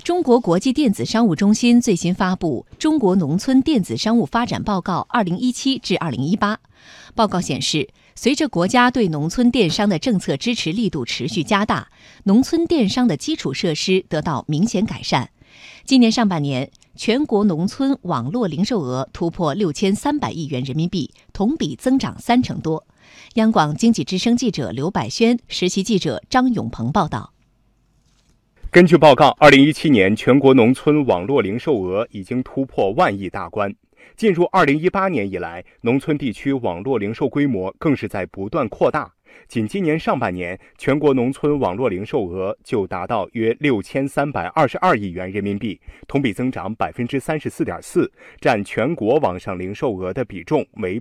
中国国际电子商务中心最新发布《中国农村电子商务发展报告 （2017 至2018）》。报告显示，随着国家对农村电商的政策支持力度持续加大，农村电商的基础设施得到明显改善。今年上半年，全国农村网络零售额突破6300亿元人民币，同比增长30%多。央广经济之声记者刘百轩、实习记者张永鹏报道。 根据报告，2017年全国农村网络零售额已经突破万亿大关。进入2018年以来，农村地区网络零售规模更是在不断扩大。仅今年上半年，全国农村网络零售额就达到约6322亿元人民币，同比增长34.4%，占全国网上零售额的比重为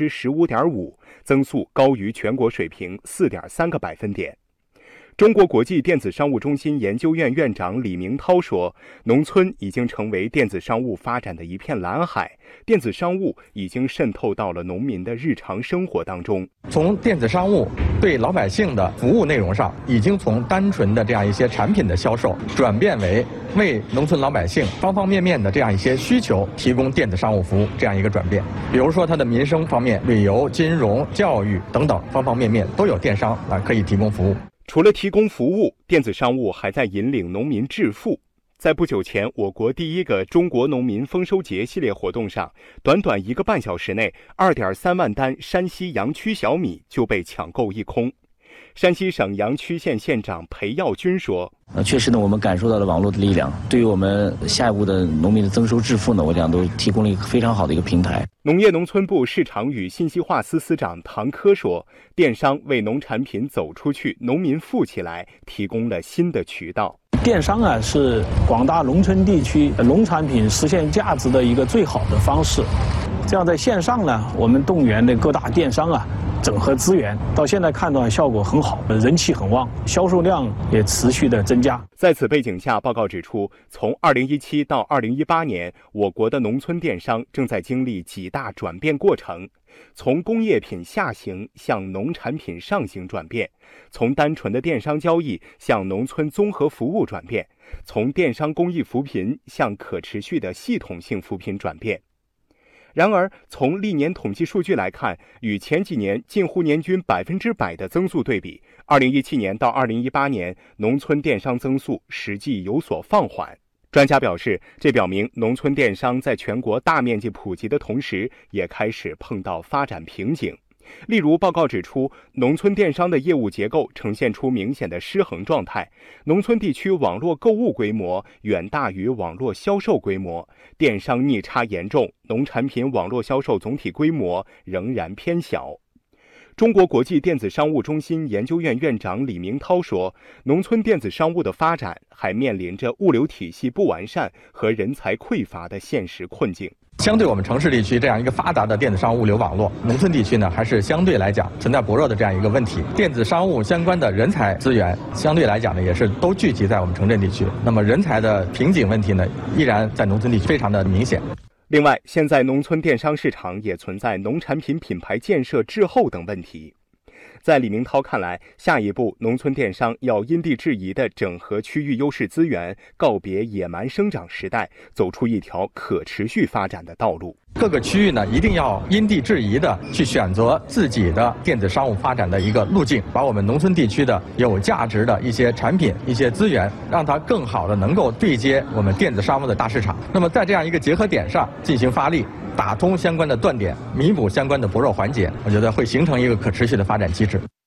15.5%，增速高于全国水平4.3个百分点。中国国际电子商务中心研究院院长李明涛说，农村已经成为电子商务发展的一片蓝海，电子商务已经渗透到了农民的日常生活当中。 从电子商务对老百姓的服务内容上，已经从单纯的这样一些产品的销售，转变为为农村老百姓方方面面的这样一些需求提供电子商务服务这样一个转变。比如说它的民生方面，旅游、金融、教育等等方方面面都有电商可以提供服务。 除了提供服务，电子商务还在引领农民致富。在不久前，我国第一个中国农民丰收节系列活动上，短短1个半小时内，2.3万担山西阳曲小米就被抢购一空。山西省阳曲县县长裴耀军说：“ 确实呢，我们感受到了网络的力量，对于我们下一步的农民的增收致富呢，我讲都提供了一个非常好的一个平台。” 农业农村部市场与信息化司司长唐科说：“电商为农产品走出去、农民富起来提供了新的渠道。” 电商是广大农村地区农产品实现价值的一个最好的方式。这样在线上呢，我们动员的各大电商整合资源，到现在看到效果很好，人气很旺，销售量也持续的增加。 在此背景下，报告指出，从2017到2018年，我国的农村电商正在经历几大转变过程。从工业品下行向农产品上行转变，从单纯的电商交易向农村综合服务转变，从电商公益扶贫向可持续的系统性扶贫转变。然而，从历年统计数据来看，与前几年近乎年均100%的增速对比，2017年到2018年，农村电商增速实际有所放缓。专家表示，这表明农村电商在全国大面积普及的同时，也开始碰到发展瓶颈。例如，报告指出，农村电商的业务结构呈现出明显的失衡状态，农村地区网络购物规模远大于网络销售规模，电商逆差严重，农产品网络销售总体规模仍然偏小。中国国际电子商务中心研究院院长李明涛说，农村电子商务的发展还面临着物流体系不完善和人才匮乏的现实困境。 相对我们城市地区这样一个发达的电子商务物流网络，农村地区呢还是相对来讲存在薄弱的这样一个问题。电子商务相关的人才资源相对来讲呢也是都聚集在我们城镇地区，那么人才的瓶颈问题呢依然在农村地区非常的明显。 另外，现在农村电商市场也存在农产品品牌建设滞后等问题。在李明涛看来，下一步农村电商要因地制宜地整合区域优势资源，告别野蛮生长时代，走出一条可持续发展的道路。 各个区域呢，一定要因地制宜地去选择自己的电子商务发展的一个路径，把我们农村地区的有价值的一些产品、一些资源，让它更好地能够对接我们电子商务的大市场。那么在这样一个结合点上进行发力，打通相关的断点，弥补相关的薄弱环节，我觉得会形成一个可持续的发展机制。